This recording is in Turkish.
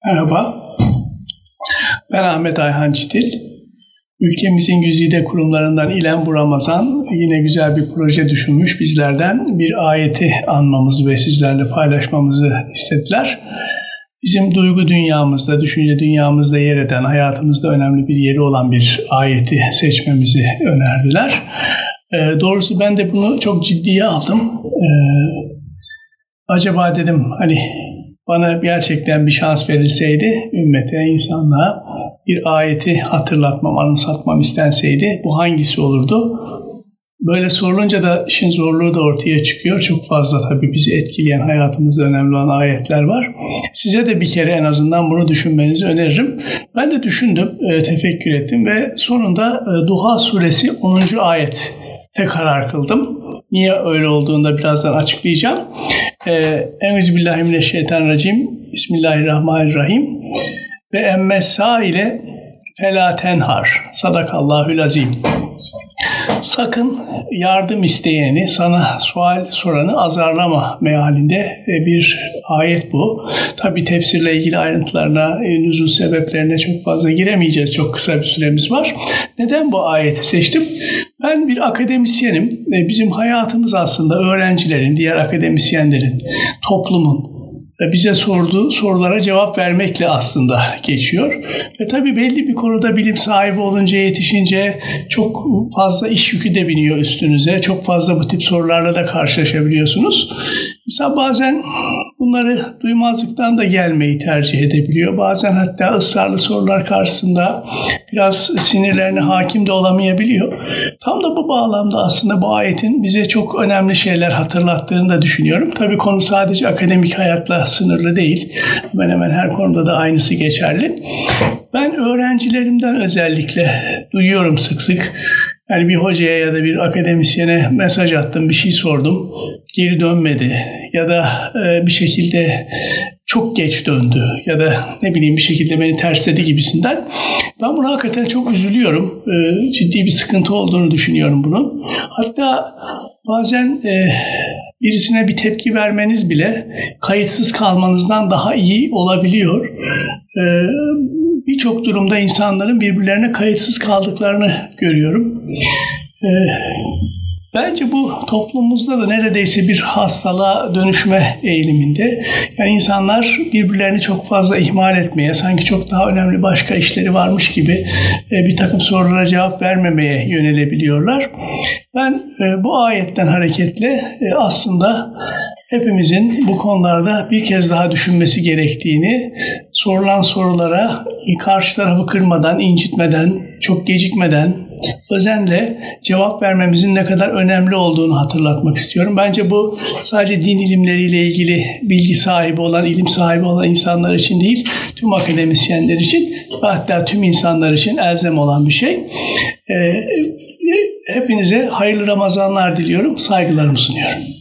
Merhaba, ben Ahmet Ayhan Çitil. Ülkemizin güzide kurumlarından İlem bu Ramazan yine güzel bir proje düşünmüş. Bizlerden bir ayeti anmamızı ve sizlerle paylaşmamızı istediler. Bizim duygu dünyamızda, düşünce dünyamızda yer eden, hayatımızda önemli bir yeri olan bir ayeti seçmemizi önerdiler. Doğrusu ben de bunu çok ciddiye aldım. Acaba dedim bana gerçekten bir şans verilseydi, ümmete, insanlığa bir ayeti hatırlatmam, anımsatmam istenseydi bu hangisi olurdu? Böyle sorulunca da işin zorluğu da ortaya çıkıyor. Çok fazla tabii bizi etkileyen, hayatımızda önemli olan ayetler var. Size de bir kere en azından bunu düşünmenizi öneririm. Ben de düşündüm, tefekkür ettim ve sonunda Duha suresi 10. ayette karar kıldım. Niye öyle olduğunu da birazdan açıklayacağım. Euzubillahimineşşeytanirracim. Bismillahirrahmanirrahim. Ve emmessâ ile felâ tenhar. Sadakallahül azim. Sakın yardım isteyeni, sana sual soranı azarlama mealinde bir ayet bu. Tabii tefsirle ilgili ayrıntılarına, nüzul sebeplerine çok fazla giremeyeceğiz. Çok kısa bir süremiz var. Neden bu ayeti seçtim? Ben bir akademisyenim. Bizim hayatımız aslında öğrencilerin, diğer akademisyenlerin, toplumun bize sorduğu sorulara cevap vermekle aslında geçiyor. Ve tabii belli bir konuda bilim sahibi olunca, yetişince çok fazla iş yükü de biniyor üstünüze. Çok fazla bu tip sorularla da karşılaşabiliyorsunuz. İnsan bazen bunları duymazlıktan da gelmeyi tercih edebiliyor. Bazen hatta ısrarlı sorular karşısında biraz sinirlerine hakim de olamayabiliyor. Tam da bu bağlamda aslında bu ayetin bize çok önemli şeyler hatırlattığını da düşünüyorum. Tabii konu sadece akademik hayatla sınırlı değil. Hemen hemen her konuda da aynısı geçerli. Ben öğrencilerimden özellikle duyuyorum sık sık. Yani bir hocaya ya da bir akademisyene mesaj attım, bir şey sordum, geri dönmedi ya da bir şekilde çok geç döndü ya da bir şekilde beni tersledi gibisinden. Ben buna hakikaten çok üzülüyorum. Ciddi bir sıkıntı olduğunu düşünüyorum bunun. Hatta bazen birisine bir tepki vermeniz bile kayıtsız kalmanızdan daha iyi olabiliyor. Birçok durumda insanların birbirlerine kayıtsız kaldıklarını görüyorum. Bence bu toplumumuzda da neredeyse bir hastalığa dönüşme eğiliminde. Yani insanlar birbirlerini çok fazla ihmal etmeye, sanki çok daha önemli başka işleri varmış gibi bir takım sorulara cevap vermemeye yönelebiliyorlar. Ben bu ayetten hareketle aslında hepimizin bu konularda bir kez daha düşünmesi gerektiğini, sorulan sorulara karşı tarafı kırmadan, incitmeden, çok gecikmeden, özenle cevap vermemizin ne kadar önemli olduğunu hatırlatmak istiyorum. Bence bu sadece din ilimleriyle ilgili bilgi sahibi olan, ilim sahibi olan insanlar için değil, tüm akademisyenler için ve hatta tüm insanlar için elzem olan bir şey. Hepinize hayırlı Ramazanlar diliyorum, saygılarımı sunuyorum.